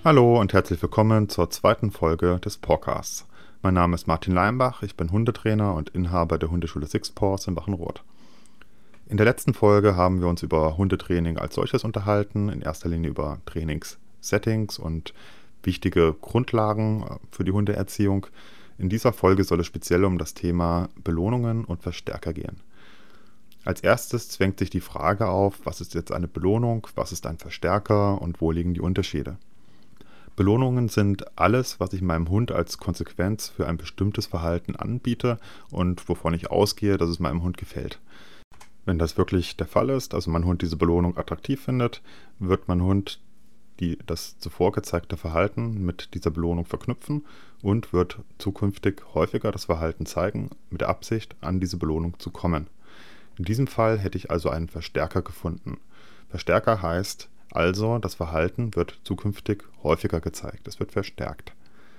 Hallo und herzlich willkommen zur zweiten Folge des Podcasts. Mein Name ist Martin Leimbach, ich bin Hundetrainer und Inhaber der Hundeschule Six Paws in Wachenroth. In der letzten Folge haben wir uns über Hundetraining als solches unterhalten, in erster Linie über Trainingssettings und wichtige Grundlagen für die Hundeerziehung. In dieser Folge soll es speziell um das Thema Belohnungen und Verstärker gehen. Als erstes zwängt sich die Frage auf, was ist jetzt eine Belohnung, was ist ein Verstärker und wo liegen die Unterschiede? Belohnungen sind alles, was ich meinem Hund als Konsequenz für ein bestimmtes Verhalten anbiete und wovon ich ausgehe, dass es meinem Hund gefällt. Wenn das wirklich der Fall ist, also mein Hund diese Belohnung attraktiv findet, wird mein Hund das zuvor gezeigte Verhalten mit dieser Belohnung verknüpfen und wird zukünftig häufiger das Verhalten zeigen, mit der Absicht, an diese Belohnung zu kommen. In diesem Fall hätte ich also einen Verstärker gefunden. Verstärker heißt also, das Verhalten wird zukünftig häufiger gezeigt, es wird verstärkt.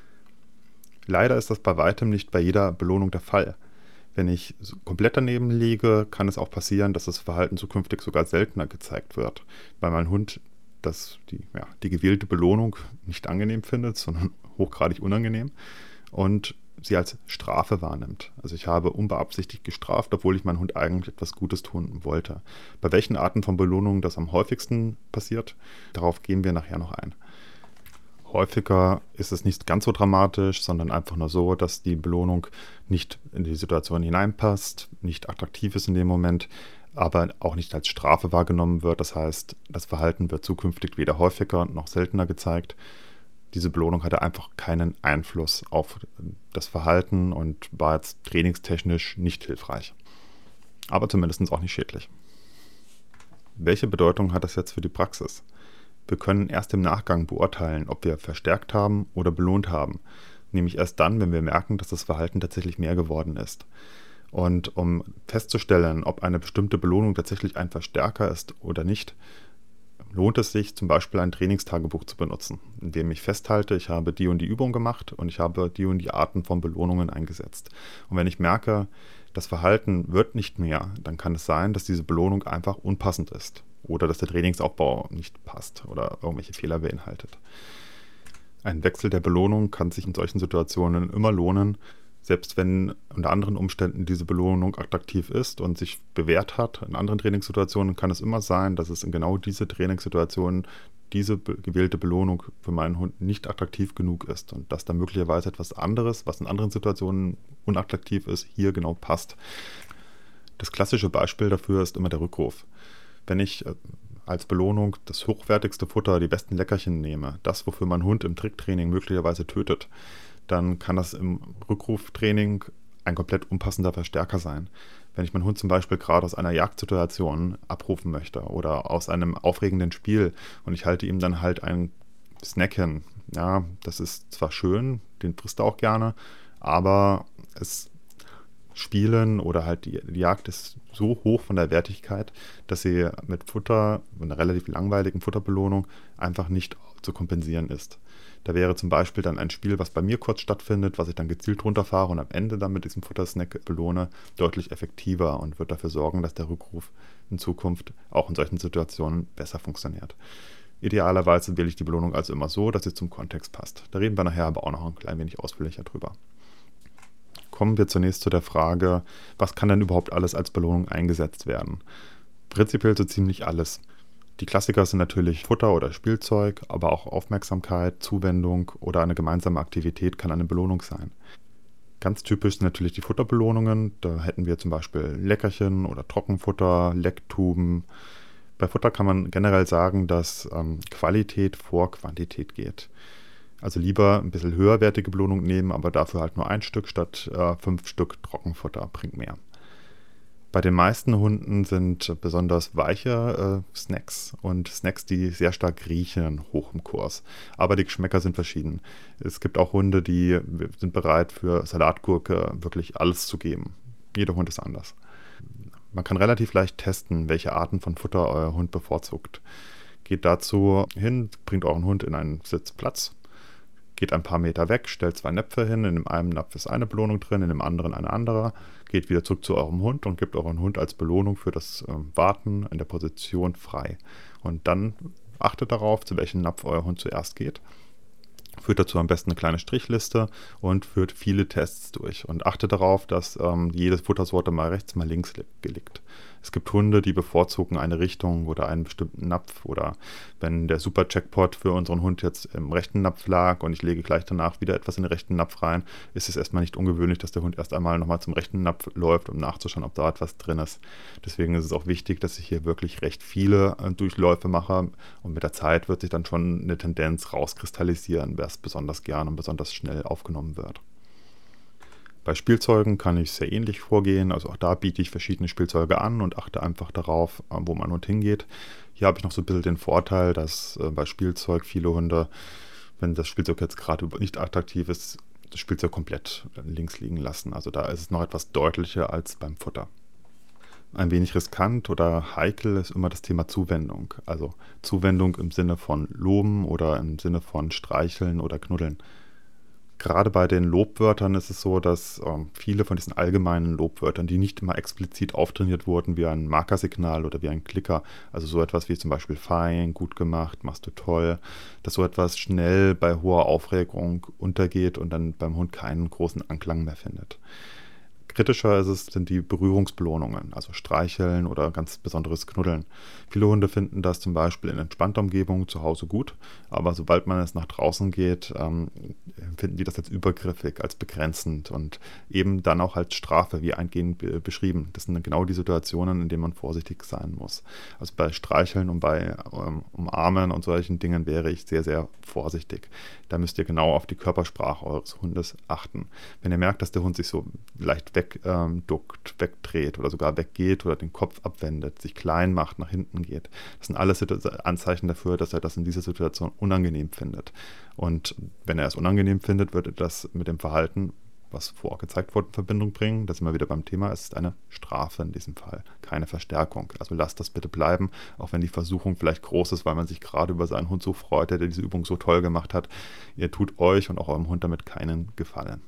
Leider ist das bei weitem nicht bei jeder Belohnung der Fall. Wenn ich komplett daneben liege, kann es auch passieren, dass das Verhalten zukünftig sogar seltener gezeigt wird, weil mein Hund die gewählte Belohnung nicht angenehm findet, sondern hochgradig unangenehm und sie als Strafe wahrnimmt. Also ich habe unbeabsichtigt gestraft, obwohl ich meinem Hund eigentlich etwas Gutes tun wollte. Bei welchen Arten von Belohnungen das am häufigsten passiert, darauf gehen wir nachher noch ein. Häufiger ist es nicht ganz so dramatisch, sondern einfach nur so, dass die Belohnung nicht in die Situation hineinpasst, nicht attraktiv ist in dem Moment, aber auch nicht als Strafe wahrgenommen wird. Das heißt, das Verhalten wird zukünftig weder häufiger noch seltener gezeigt. Diese Belohnung hatte einfach keinen Einfluss auf das Verhalten und war jetzt trainingstechnisch nicht hilfreich. Aber zumindest auch nicht schädlich. Welche Bedeutung hat das jetzt für die Praxis? Wir können erst im Nachgang beurteilen, ob wir verstärkt haben oder belohnt haben. Nämlich erst dann, wenn wir merken, dass das Verhalten tatsächlich mehr geworden ist. Und um festzustellen, ob eine bestimmte Belohnung tatsächlich ein Verstärker ist oder nicht, lohnt es sich zum Beispiel ein Trainingstagebuch zu benutzen, in dem ich festhalte, ich habe die und die Übung gemacht und ich habe die und die Arten von Belohnungen eingesetzt. Und wenn ich merke, das Verhalten wird nicht mehr, dann kann es sein, dass diese Belohnung einfach unpassend ist oder dass der Trainingsaufbau nicht passt oder irgendwelche Fehler beinhaltet. Ein Wechsel der Belohnung kann sich in solchen Situationen immer lohnen, selbst wenn unter anderen Umständen diese Belohnung attraktiv ist und sich bewährt hat. In anderen Trainingssituationen kann es immer sein, dass es in genau diese Trainingssituationen diese gewählte Belohnung für meinen Hund nicht attraktiv genug ist und dass da möglicherweise etwas anderes, was in anderen Situationen unattraktiv ist, hier genau passt. Das klassische Beispiel dafür ist immer der Rückruf. Wenn ich als Belohnung das hochwertigste Futter, die besten Leckerchen nehme, das, wofür mein Hund im Tricktraining möglicherweise tötet, dann kann das im Rückruftraining ein komplett unpassender Verstärker sein. Wenn ich meinen Hund zum Beispiel gerade aus einer Jagdsituation abrufen möchte oder aus einem aufregenden Spiel und ich halte ihm dann halt ein Snack hin, ja, das ist zwar schön, den frisst er auch gerne, aber Spielen oder halt die Jagd ist so hoch von der Wertigkeit, dass sie mit Futter, einer relativ langweiligen Futterbelohnung, einfach nicht zu kompensieren ist. Da wäre zum Beispiel dann ein Spiel, was bei mir kurz stattfindet, was ich dann gezielt runterfahre und am Ende dann mit diesem Futtersnack belohne, deutlich effektiver und wird dafür sorgen, dass der Rückruf in Zukunft auch in solchen Situationen besser funktioniert. Idealerweise wähle ich die Belohnung also immer so, dass sie zum Kontext passt. Da reden wir nachher aber auch noch ein klein wenig ausführlicher drüber. Kommen wir zunächst zu der Frage, was kann denn überhaupt alles als Belohnung eingesetzt werden? Prinzipiell so ziemlich alles. Die Klassiker sind natürlich Futter oder Spielzeug, aber auch Aufmerksamkeit, Zuwendung oder eine gemeinsame Aktivität kann eine Belohnung sein. Ganz typisch sind natürlich die Futterbelohnungen. Da hätten wir zum Beispiel Leckerchen oder Trockenfutter, Lecktuben. Bei Futter kann man generell sagen, dass Qualität vor Quantität geht. Also lieber ein bisschen höherwertige Belohnung nehmen, aber dafür halt nur ein Stück statt 5 Stück Trockenfutter, bringt mehr. Bei den meisten Hunden sind besonders weiche Snacks und Snacks, die sehr stark riechen, hoch im Kurs. Aber die Geschmäcker sind verschieden. Es gibt auch Hunde, die sind bereit für Salatgurke wirklich alles zu geben. Jeder Hund ist anders. Man kann relativ leicht testen, welche Arten von Futter euer Hund bevorzugt. Geht dazu hin, bringt euren Hund in einen Sitzplatz, geht ein paar Meter weg, stellt 2 Näpfe hin, in dem einen Napf ist eine Belohnung drin, in dem anderen eine andere, geht wieder zurück zu eurem Hund und gibt euren Hund als Belohnung für das Warten in der Position frei. Und dann achtet darauf, zu welchem Napf euer Hund zuerst geht. Führt dazu am besten eine kleine Strichliste und führt viele Tests durch. Und achte darauf, dass jede Futtersorte mal rechts, mal links liegt. Es gibt Hunde, die bevorzugen eine Richtung oder einen bestimmten Napf. Oder wenn der Super-Jackpot für unseren Hund jetzt im rechten Napf lag und ich lege gleich danach wieder etwas in den rechten Napf rein, ist es erstmal nicht ungewöhnlich, dass der Hund erst einmal nochmal zum rechten Napf läuft, um nachzuschauen, ob da etwas drin ist. Deswegen ist es auch wichtig, dass ich hier wirklich recht viele Durchläufe mache. Und mit der Zeit wird sich dann schon eine Tendenz rauskristallisieren, wer es besonders gern und besonders schnell aufgenommen wird. Bei Spielzeugen kann ich sehr ähnlich vorgehen, also auch da biete ich verschiedene Spielzeuge an und achte einfach darauf, wo mein Hund hingeht. Hier habe ich noch so ein bisschen den Vorteil, dass bei Spielzeug viele Hunde, wenn das Spielzeug jetzt gerade nicht attraktiv ist, das Spielzeug komplett links liegen lassen. Also da ist es noch etwas deutlicher als beim Futter. Ein wenig riskant oder heikel ist immer das Thema Zuwendung. Also Zuwendung im Sinne von Loben oder im Sinne von Streicheln oder Knuddeln. Gerade bei den Lobwörtern ist es so, dass viele von diesen allgemeinen Lobwörtern, die nicht immer explizit auftrainiert wurden, wie ein Markersignal oder wie ein Klicker, also so etwas wie zum Beispiel fein, gut gemacht, machst du toll, dass so etwas schnell bei hoher Aufregung untergeht und dann beim Hund keinen großen Anklang mehr findet. Kritischer sind die Berührungsbelohnungen, also Streicheln oder ganz besonderes Knuddeln. Viele Hunde finden das zum Beispiel in entspannter Umgebung zu Hause gut, aber sobald man es nach draußen geht, finden die das als übergriffig, als begrenzend und eben dann auch als Strafe, wie eingehend beschrieben. Das sind genau die Situationen, in denen man vorsichtig sein muss. Also bei Streicheln und bei Umarmen und solchen Dingen wäre ich sehr, sehr vorsichtig. Da müsst ihr genau auf die Körpersprache eures Hundes achten. Wenn ihr merkt, dass der Hund sich so leicht wegduckt, wegdreht oder sogar weggeht oder den Kopf abwendet, sich klein macht, nach hinten geht. Das sind alles Anzeichen dafür, dass er das in dieser Situation unangenehm findet. Und wenn er es unangenehm findet, wird er das mit dem Verhalten, was vorher gezeigt wurde, in Verbindung bringen. Da sind wir wieder beim Thema. Es ist eine Strafe in diesem Fall, keine Verstärkung. Also lasst das bitte bleiben, auch wenn die Versuchung vielleicht groß ist, weil man sich gerade über seinen Hund so freut, der diese Übung so toll gemacht hat. Ihr tut euch und auch eurem Hund damit keinen Gefallen.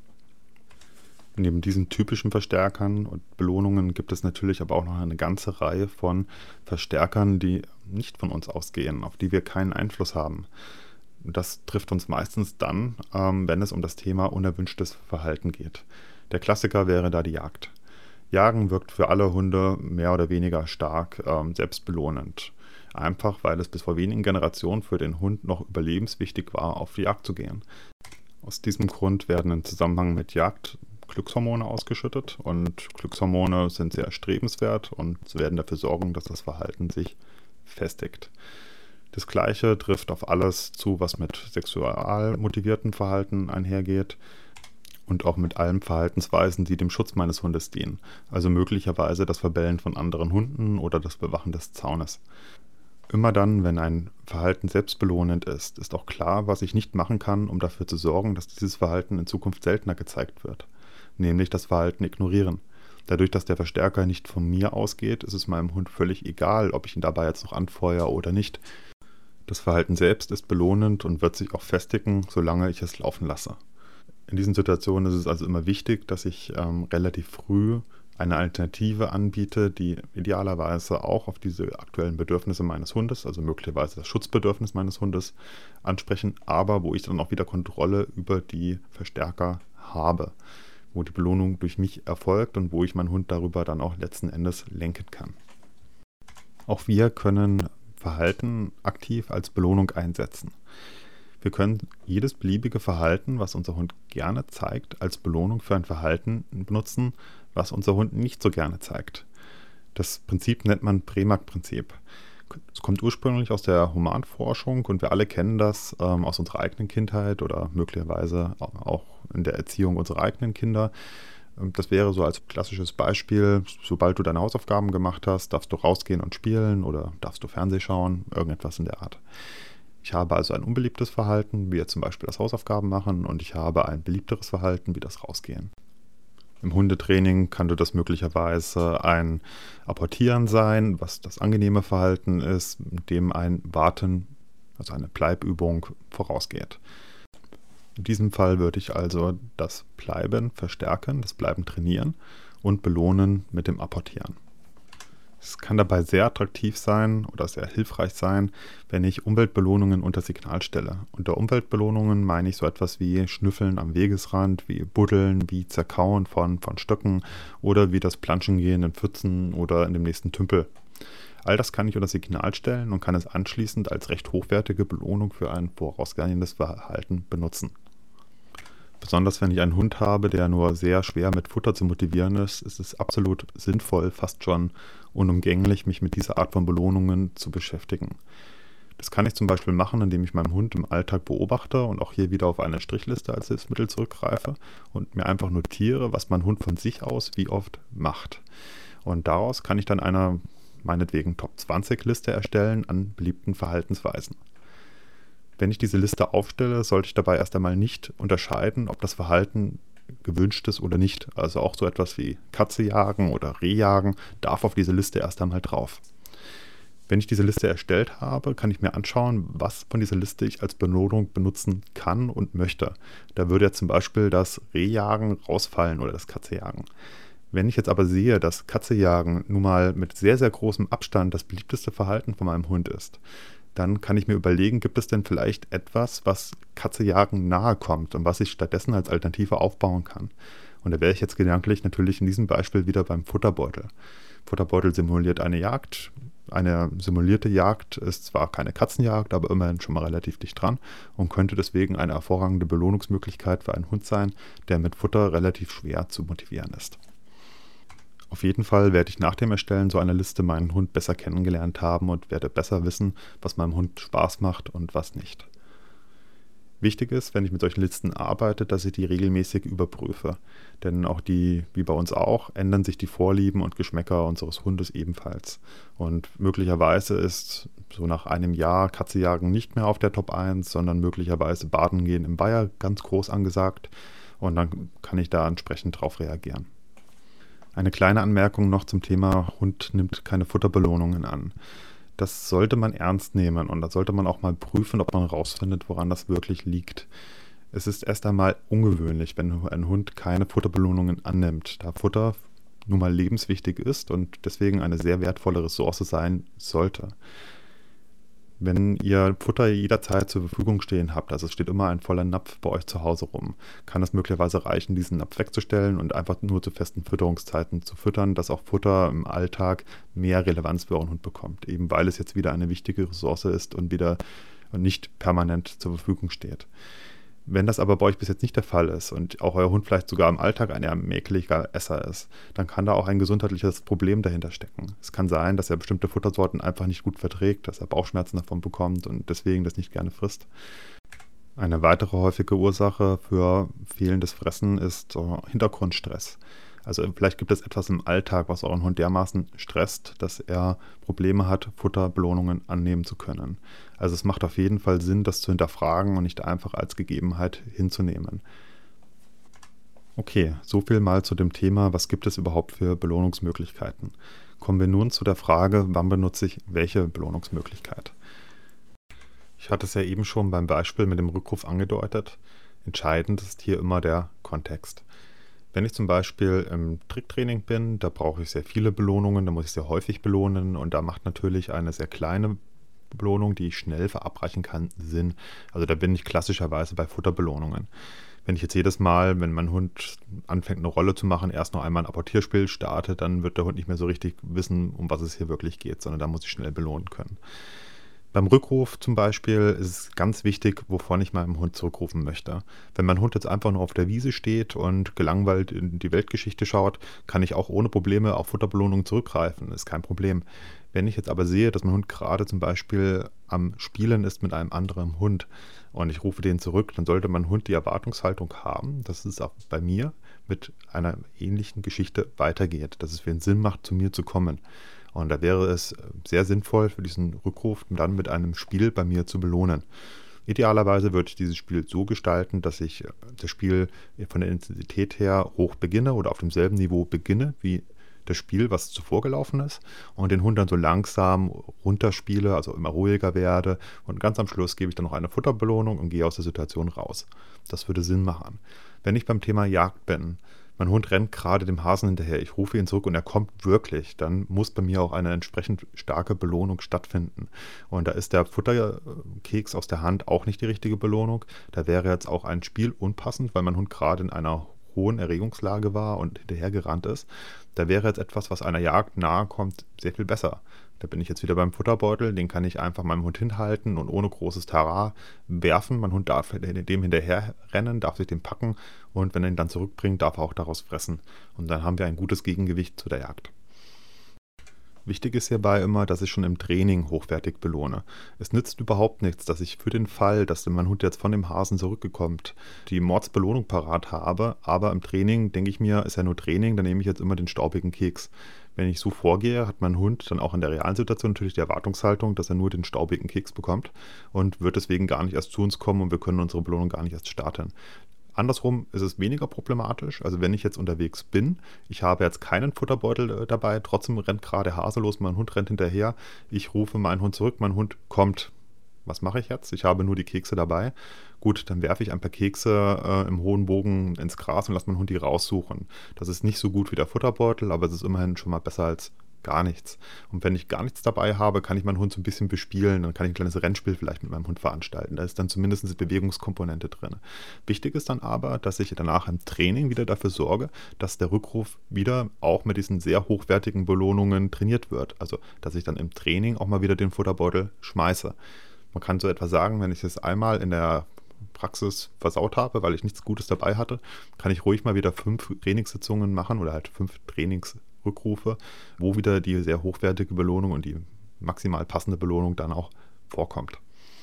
Neben diesen typischen Verstärkern und Belohnungen gibt es natürlich aber auch noch eine ganze Reihe von Verstärkern, die nicht von uns ausgehen, auf die wir keinen Einfluss haben. Das trifft uns meistens dann, wenn es um das Thema unerwünschtes Verhalten geht. Der Klassiker wäre da die Jagd. Jagen wirkt für alle Hunde mehr oder weniger stark selbstbelohnend. Einfach, weil es bis vor wenigen Generationen für den Hund noch überlebenswichtig war, auf die Jagd zu gehen. Aus diesem Grund werden im Zusammenhang mit Jagd Glückshormone ausgeschüttet und Glückshormone sind sehr erstrebenswert und sie werden dafür sorgen, dass das Verhalten sich festigt. Das Gleiche trifft auf alles zu, was mit sexual motiviertem Verhalten einhergeht und auch mit allen Verhaltensweisen, die dem Schutz meines Hundes dienen, also möglicherweise das Verbellen von anderen Hunden oder das Bewachen des Zaunes. Immer dann, wenn ein Verhalten selbstbelohnend ist, ist auch klar, was ich nicht machen kann, um dafür zu sorgen, dass dieses Verhalten in Zukunft seltener gezeigt wird. Nämlich das Verhalten ignorieren. Dadurch, dass der Verstärker nicht von mir ausgeht, ist es meinem Hund völlig egal, ob ich ihn dabei jetzt noch anfeuere oder nicht. Das Verhalten selbst ist belohnend und wird sich auch festigen, solange ich es laufen lasse. In diesen Situationen ist es also immer wichtig, dass ich relativ früh eine Alternative anbiete, die idealerweise auch auf diese aktuellen Bedürfnisse meines Hundes, also möglicherweise das Schutzbedürfnis meines Hundes, ansprechen, aber wo ich dann auch wieder Kontrolle über die Verstärker habe, wo die Belohnung durch mich erfolgt und wo ich meinen Hund darüber dann auch letzten Endes lenken kann. Auch wir können Verhalten aktiv als Belohnung einsetzen. Wir können jedes beliebige Verhalten, was unser Hund gerne zeigt, als Belohnung für ein Verhalten benutzen, was unser Hund nicht so gerne zeigt. Das Prinzip nennt man Premack-Prinzip. Es kommt ursprünglich aus der Humanforschung und wir alle kennen das aus unserer eigenen Kindheit oder möglicherweise auch in der Erziehung unserer eigenen Kinder. Das wäre so als klassisches Beispiel, sobald du deine Hausaufgaben gemacht hast, darfst du rausgehen und spielen oder darfst du Fernsehen schauen, irgendetwas in der Art. Ich habe also ein unbeliebtes Verhalten, wie jetzt zum Beispiel das Hausaufgaben machen, und ich habe ein beliebteres Verhalten, wie das Rausgehen. Im Hundetraining kann das möglicherweise ein Apportieren sein, was das angenehme Verhalten ist, dem ein Warten, also eine Bleibübung, vorausgeht. In diesem Fall würde ich also das Bleiben verstärken, das Bleiben trainieren und belohnen mit dem Apportieren. Es kann dabei sehr attraktiv sein oder sehr hilfreich sein, wenn ich Umweltbelohnungen unter Signal stelle. Unter Umweltbelohnungen meine ich so etwas wie Schnüffeln am Wegesrand, wie Buddeln, wie Zerkauen von Stöcken oder wie das Planschengehen in Pfützen oder in dem nächsten Tümpel. All das kann ich unter Signal stellen und kann es anschließend als recht hochwertige Belohnung für ein vorausgehendes Verhalten benutzen. Besonders wenn ich einen Hund habe, der nur sehr schwer mit Futter zu motivieren ist, ist es absolut sinnvoll, fast schon unumgänglich, mich mit dieser Art von Belohnungen zu beschäftigen. Das kann ich zum Beispiel machen, indem ich meinen Hund im Alltag beobachte und auch hier wieder auf eine Strichliste als Hilfsmittel zurückgreife und mir einfach notiere, was mein Hund von sich aus wie oft macht. Und daraus kann ich dann eine, meinetwegen Top-20-Liste erstellen an beliebten Verhaltensweisen. Wenn ich diese Liste aufstelle, sollte ich dabei erst einmal nicht unterscheiden, ob das Verhalten gewünscht ist oder nicht. Also auch so etwas wie Katze jagen oder Reh jagen darf auf diese Liste erst einmal drauf. Wenn ich diese Liste erstellt habe, kann ich mir anschauen, was von dieser Liste ich als Belohnung benutzen kann und möchte. Da würde ja zum Beispiel das Rehjagen rausfallen oder das Katzejagen. Wenn ich jetzt aber sehe, dass Katzejagen nun mal mit sehr, sehr großem Abstand das beliebteste Verhalten von meinem Hund ist, dann kann ich mir überlegen, gibt es denn vielleicht etwas, was Katzejagen nahe kommt und was ich stattdessen als Alternative aufbauen kann. Und da wäre ich jetzt gedanklich natürlich in diesem Beispiel wieder beim Futterbeutel. Futterbeutel simuliert eine Jagd. Eine simulierte Jagd ist zwar keine Katzenjagd, aber immerhin schon mal relativ dicht dran und könnte deswegen eine hervorragende Belohnungsmöglichkeit für einen Hund sein, der mit Futter relativ schwer zu motivieren ist. Auf jeden Fall werde ich nach dem Erstellen so einer Liste meinen Hund besser kennengelernt haben und werde besser wissen, was meinem Hund Spaß macht und was nicht. Wichtig ist, wenn ich mit solchen Listen arbeite, dass ich die regelmäßig überprüfe. Denn auch die, wie bei uns auch, ändern sich die Vorlieben und Geschmäcker unseres Hundes ebenfalls. Und möglicherweise ist so nach einem Jahr Katzejagen nicht mehr auf der Top 1, sondern möglicherweise Baden gehen im Weiher ganz groß angesagt. Und dann kann ich da entsprechend drauf reagieren. Eine kleine Anmerkung noch zum Thema Hund nimmt keine Futterbelohnungen an. Das sollte man ernst nehmen und da sollte man auch mal prüfen, ob man herausfindet, woran das wirklich liegt. Es ist erst einmal ungewöhnlich, wenn ein Hund keine Futterbelohnungen annimmt, da Futter nun mal lebenswichtig ist und deswegen eine sehr wertvolle Ressource sein sollte. Wenn ihr Futter jederzeit zur Verfügung stehen habt, also es steht immer ein voller Napf bei euch zu Hause rum, kann es möglicherweise reichen, diesen Napf wegzustellen und einfach nur zu festen Fütterungszeiten zu füttern, dass auch Futter im Alltag mehr Relevanz für euren Hund bekommt, eben weil es jetzt wieder eine wichtige Ressource ist und nicht permanent zur Verfügung steht. Wenn das aber bei euch bis jetzt nicht der Fall ist und auch euer Hund vielleicht sogar im Alltag ein eher mäkeliger Esser ist, dann kann da auch ein gesundheitliches Problem dahinter stecken. Es kann sein, dass er bestimmte Futtersorten einfach nicht gut verträgt, dass er Bauchschmerzen davon bekommt und deswegen das nicht gerne frisst. Eine weitere häufige Ursache für fehlendes Fressen ist Hintergrundstress. Also vielleicht gibt es etwas im Alltag, was euren Hund dermaßen stresst, dass er Probleme hat, Futterbelohnungen annehmen zu können. Also es macht auf jeden Fall Sinn, das zu hinterfragen und nicht einfach als Gegebenheit hinzunehmen. Okay, so viel mal zu dem Thema, was gibt es überhaupt für Belohnungsmöglichkeiten. Kommen wir nun zu der Frage, wann benutze ich welche Belohnungsmöglichkeit. Ich hatte es ja eben schon beim Beispiel mit dem Rückruf angedeutet. Entscheidend ist hier immer der Kontext. Wenn ich zum Beispiel im Tricktraining bin, da brauche ich sehr viele Belohnungen, da muss ich sehr häufig belohnen und da macht natürlich eine sehr kleine Belohnung, die ich schnell verabreichen kann, Sinn. Also da bin ich klassischerweise bei Futterbelohnungen. Wenn ich jetzt jedes Mal, wenn mein Hund anfängt eine Rolle zu machen, erst noch einmal ein Apportierspiel starte, dann wird der Hund nicht mehr so richtig wissen, um was es hier wirklich geht, sondern da muss ich schnell belohnen können. Beim Rückruf zum Beispiel ist es ganz wichtig, wovon ich meinem Hund zurückrufen möchte. Wenn mein Hund jetzt einfach nur auf der Wiese steht und gelangweilt in die Weltgeschichte schaut, kann ich auch ohne Probleme auf Futterbelohnung zurückgreifen. Ist kein Problem. Wenn ich jetzt aber sehe, dass mein Hund gerade zum Beispiel am Spielen ist mit einem anderen Hund und ich rufe den zurück, dann sollte mein Hund die Erwartungshaltung haben, dass es auch bei mir mit einer ähnlichen Geschichte weitergeht, dass es für einen Sinn macht, zu mir zu kommen. Und da wäre es sehr sinnvoll für diesen Rückruf dann mit einem Spiel bei mir zu belohnen. Idealerweise würde ich dieses Spiel so gestalten, dass ich das Spiel von der Intensität her hoch beginne oder auf demselben Niveau beginne wie das Spiel, was zuvor gelaufen ist und den Hund dann so langsam runterspiele, also immer ruhiger werde und ganz am Schluss gebe ich dann noch eine Futterbelohnung und gehe aus der Situation raus. Das würde Sinn machen. Wenn ich beim Thema Jagd bin, Mein Hund rennt gerade dem Hasen hinterher, ich rufe ihn zurück und er kommt wirklich, dann muss bei mir auch eine entsprechend starke Belohnung stattfinden. Und da ist der Futterkeks aus der Hand auch nicht die richtige Belohnung. Da wäre jetzt auch ein Spiel unpassend, weil mein Hund gerade in einer hohen Erregungslage war und hinterhergerannt ist. Da wäre jetzt etwas, was einer Jagd nahe kommt, sehr viel besser. Da bin ich jetzt wieder beim Futterbeutel, den kann ich einfach meinem Hund hinhalten und ohne großes Tara werfen. Mein Hund darf dem hinterher rennen, darf sich den packen und wenn er ihn dann zurückbringt, darf er auch daraus fressen. Und dann haben wir ein gutes Gegengewicht zu der Jagd. Wichtig ist hierbei immer, dass ich schon im Training hochwertig belohne. Es nützt überhaupt nichts, dass ich für den Fall, dass mein Hund jetzt von dem Hasen zurückgekommt, die Mordsbelohnung parat habe, aber im Training denke ich mir, ist ja nur Training, dann nehme ich jetzt immer den staubigen Keks. Wenn ich so vorgehe, hat mein Hund dann auch in der realen Situation natürlich die Erwartungshaltung, dass er nur den staubigen Keks bekommt und wird deswegen gar nicht erst zu uns kommen und wir können unsere Belohnung gar nicht erst starten. Andersrum ist es weniger problematisch. Also wenn ich jetzt unterwegs bin, ich habe jetzt keinen Futterbeutel dabei, trotzdem rennt gerade der Hase los, mein Hund rennt hinterher, ich rufe meinen Hund zurück, mein Hund kommt. Was mache ich jetzt? Ich habe nur die Kekse dabei. Gut, dann werfe ich ein paar Kekse im hohen Bogen ins Gras und lasse meinen Hund die raussuchen. Das ist nicht so gut wie der Futterbeutel, aber es ist immerhin schon mal besser als gar nichts. Und wenn ich gar nichts dabei habe, kann ich meinen Hund so ein bisschen bespielen. Dann kann ich ein kleines Rennspiel vielleicht mit meinem Hund veranstalten. Da ist dann zumindest eine Bewegungskomponente drin. Wichtig ist dann aber, dass ich danach im Training wieder dafür sorge, dass der Rückruf wieder auch mit diesen sehr hochwertigen Belohnungen trainiert wird. Also, dass ich dann im Training auch mal wieder den Futterbeutel schmeiße. Man kann so etwa sagen, wenn ich es einmal in der Praxis versaut habe, weil ich nichts Gutes dabei hatte, kann ich ruhig mal wieder 5 Trainingssitzungen machen oder halt 5 Trainingsrückrufe, wo wieder die sehr hochwertige Belohnung und die maximal passende Belohnung dann auch vorkommt.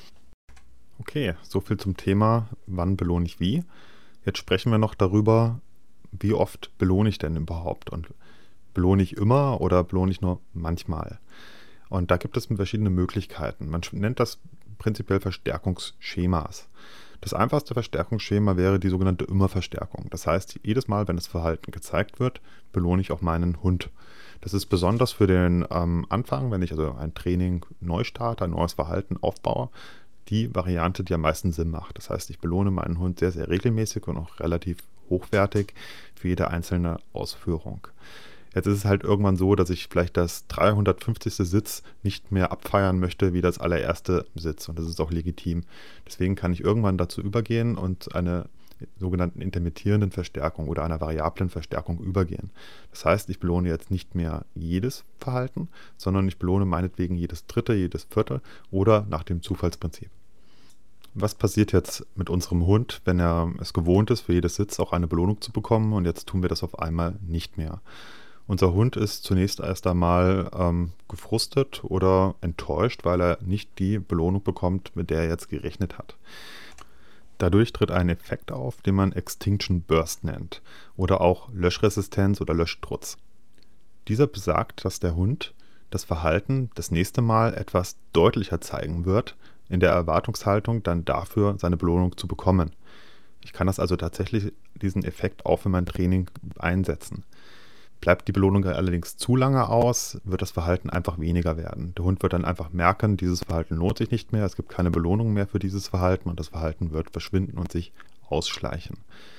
Okay, soviel zum Thema, wann belohne ich wie. Jetzt sprechen wir noch darüber, wie oft belohne ich denn überhaupt und belohne ich immer oder belohne ich nur manchmal. Und da gibt es verschiedene Möglichkeiten. Man nennt das prinzipiell Verstärkungsschemas. Das einfachste Verstärkungsschema wäre die sogenannte Immer-Verstärkung. Das heißt, jedes Mal, wenn das Verhalten gezeigt wird, belohne ich auch meinen Hund. Das ist besonders für den Anfang, wenn ich also ein Training neu starte, ein neues Verhalten aufbaue, die Variante, die am meisten Sinn macht. Das heißt, ich belohne meinen Hund sehr, sehr regelmäßig und auch relativ hochwertig für jede einzelne Ausführung. Jetzt ist es halt irgendwann so, dass ich vielleicht das 350. Sitz nicht mehr abfeiern möchte wie das allererste Sitz. Und das ist auch legitim. Deswegen kann ich irgendwann dazu übergehen und einer sogenannten intermittierenden Verstärkung oder einer variablen Verstärkung übergehen. Das heißt, ich belohne jetzt nicht mehr jedes Verhalten, sondern ich belohne meinetwegen jedes dritte, jedes vierte oder nach dem Zufallsprinzip. Was passiert jetzt mit unserem Hund, wenn er es gewohnt ist, für jedes Sitz auch eine Belohnung zu bekommen und jetzt tun wir das auf einmal nicht mehr? Unser Hund ist zunächst erst einmal gefrustet oder enttäuscht, weil er nicht die Belohnung bekommt, mit der er jetzt gerechnet hat. Dadurch tritt ein Effekt auf, den man Extinction Burst nennt oder auch Löschresistenz oder Löschtrutz. Dieser besagt, dass der Hund das Verhalten das nächste Mal etwas deutlicher zeigen wird, in der Erwartungshaltung dann dafür seine Belohnung zu bekommen. Ich kann das also tatsächlich diesen Effekt auch für mein Training einsetzen. Bleibt die Belohnung allerdings zu lange aus, wird das Verhalten einfach weniger werden. Der Hund wird dann einfach merken, dieses Verhalten lohnt sich nicht mehr, es gibt keine Belohnung mehr für dieses Verhalten und das Verhalten wird verschwinden und sich ausschleichen.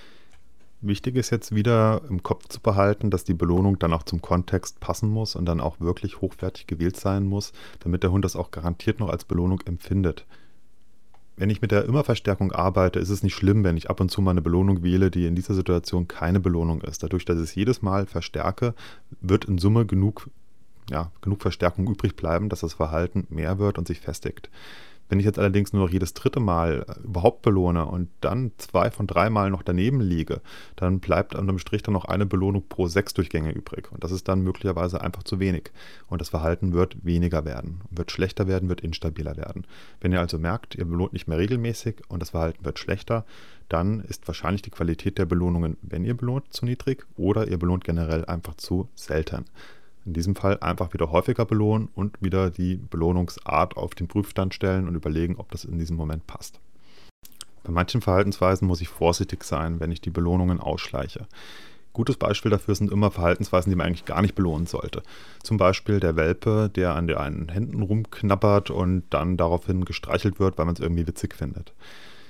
Wichtig ist jetzt wieder im Kopf zu behalten, dass die Belohnung dann auch zum Kontext passen muss und dann auch wirklich hochwertig gewählt sein muss, damit der Hund das auch garantiert noch als Belohnung empfindet. Wenn ich mit der Immer-Verstärkung arbeite, ist es nicht schlimm, wenn ich ab und zu mal eine Belohnung wähle, die in dieser Situation keine Belohnung ist. Dadurch, dass ich es jedes Mal verstärke, wird in Summe genug Verstärkung übrig bleiben, dass das Verhalten mehr wird und sich festigt. Wenn ich jetzt allerdings nur noch jedes dritte Mal überhaupt belohne und dann 2 von 3 Mal noch daneben liege, dann bleibt unterm Strich dann noch eine Belohnung pro 6 Durchgänge übrig. Und das ist dann möglicherweise einfach zu wenig. Und das Verhalten wird weniger werden, wird schlechter werden, wird instabiler werden. Wenn ihr also merkt, ihr belohnt nicht mehr regelmäßig und das Verhalten wird schlechter, dann ist wahrscheinlich die Qualität der Belohnungen, wenn ihr belohnt, zu niedrig oder ihr belohnt generell einfach zu selten. In diesem Fall einfach wieder häufiger belohnen und wieder die Belohnungsart auf den Prüfstand stellen und überlegen, ob das in diesem Moment passt. Bei manchen Verhaltensweisen muss ich vorsichtig sein, wenn ich die Belohnungen ausschleiche. Gutes Beispiel dafür sind immer Verhaltensweisen, die man eigentlich gar nicht belohnen sollte. Zum Beispiel der Welpe, der an den Händen rumknabbert und dann daraufhin gestreichelt wird, weil man es irgendwie witzig findet.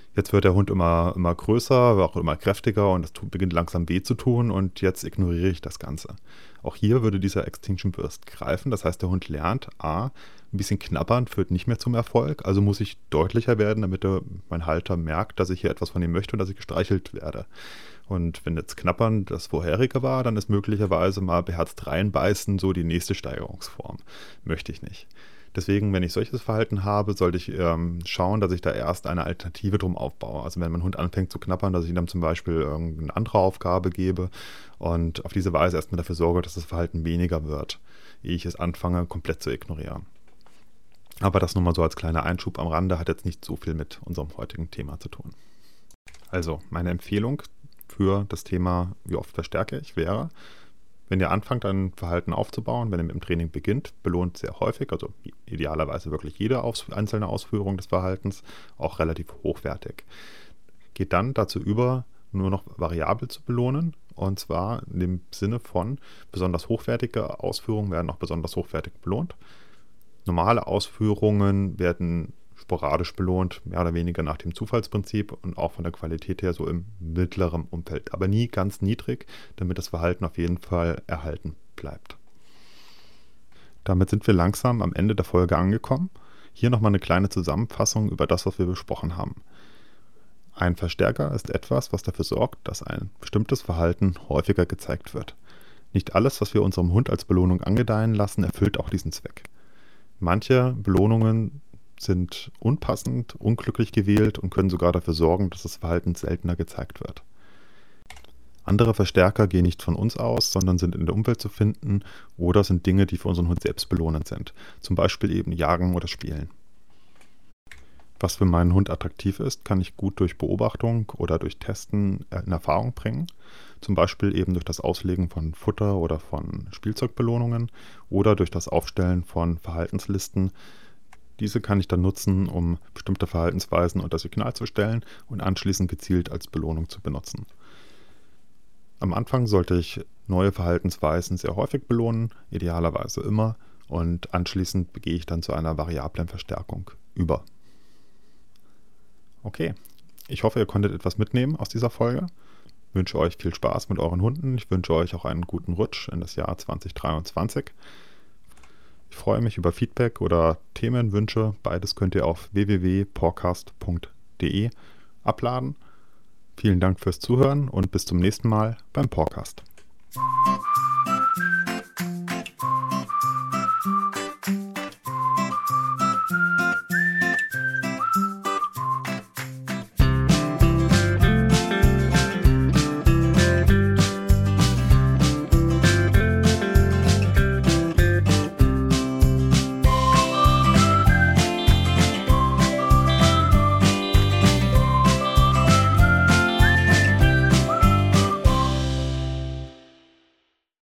Jetzt wird der Hund immer größer, auch immer kräftiger und es beginnt langsam weh zu tun und jetzt ignoriere ich das Ganze. Auch hier würde dieser Extinction Burst greifen. Das heißt, der Hund lernt, ein bisschen knabbern führt nicht mehr zum Erfolg, also muss ich deutlicher werden, damit mein Halter merkt, dass ich hier etwas von ihm möchte und dass ich gestreichelt werde. Und wenn jetzt Knabbern das vorherige war, dann ist möglicherweise mal beherzt reinbeißen so die nächste Steigerungsform. Möchte ich nicht. Deswegen, wenn ich solches Verhalten habe, sollte ich schauen, dass ich da erst eine Alternative drum aufbaue. Also wenn mein Hund anfängt zu knabbern, dass ich ihm dann zum Beispiel irgendeine andere Aufgabe gebe und auf diese Weise erstmal dafür sorge, dass das Verhalten weniger wird, ehe ich es anfange, komplett zu ignorieren. Aber das nur mal so als kleiner Einschub am Rande, hat jetzt nicht so viel mit unserem heutigen Thema zu tun. Also, meine Empfehlung für das Thema, wie oft verstärke ich, wäre, wenn ihr anfangt, ein Verhalten aufzubauen, wenn ihr mit dem Training beginnt, belohnt sehr häufig, also idealerweise wirklich jede einzelne Ausführung des Verhaltens, auch relativ hochwertig. Geht dann dazu über, nur noch variabel zu belohnen, und zwar in dem Sinne von besonders hochwertige Ausführungen werden auch besonders hochwertig belohnt. Normale Ausführungen werden sporadisch belohnt, mehr oder weniger nach dem Zufallsprinzip und auch von der Qualität her so im mittleren Umfeld, aber nie ganz niedrig, damit das Verhalten auf jeden Fall erhalten bleibt. Damit sind wir langsam am Ende der Folge angekommen. Hier nochmal eine kleine Zusammenfassung über das, was wir besprochen haben. Ein Verstärker ist etwas, was dafür sorgt, dass ein bestimmtes Verhalten häufiger gezeigt wird. Nicht alles, was wir unserem Hund als Belohnung angedeihen lassen, erfüllt auch diesen Zweck. Manche Belohnungen sind unpassend, unglücklich gewählt und können sogar dafür sorgen, dass das Verhalten seltener gezeigt wird. Andere Verstärker gehen nicht von uns aus, sondern sind in der Umwelt zu finden oder sind Dinge, die für unseren Hund selbst belohnend sind. Zum Beispiel eben Jagen oder Spielen. Was für meinen Hund attraktiv ist, kann ich gut durch Beobachtung oder durch Testen in Erfahrung bringen. Zum Beispiel eben durch das Auslegen von Futter oder von Spielzeugbelohnungen oder durch das Aufstellen von Verhaltenslisten. Diese kann ich dann nutzen, um bestimmte Verhaltensweisen unter Signal zu stellen und anschließend gezielt als Belohnung zu benutzen. Am Anfang sollte ich neue Verhaltensweisen sehr häufig belohnen, idealerweise immer, und anschließend gehe ich dann zu einer variablen Verstärkung über. Okay, ich hoffe, ihr konntet etwas mitnehmen aus dieser Folge. Ich wünsche euch viel Spaß mit euren Hunden. Ich wünsche euch auch einen guten Rutsch in das Jahr 2023. Ich freue mich über Feedback oder Themenwünsche. Beides könnt ihr auf www.porcast.de abladen. Vielen Dank fürs Zuhören und bis zum nächsten Mal beim Porcast.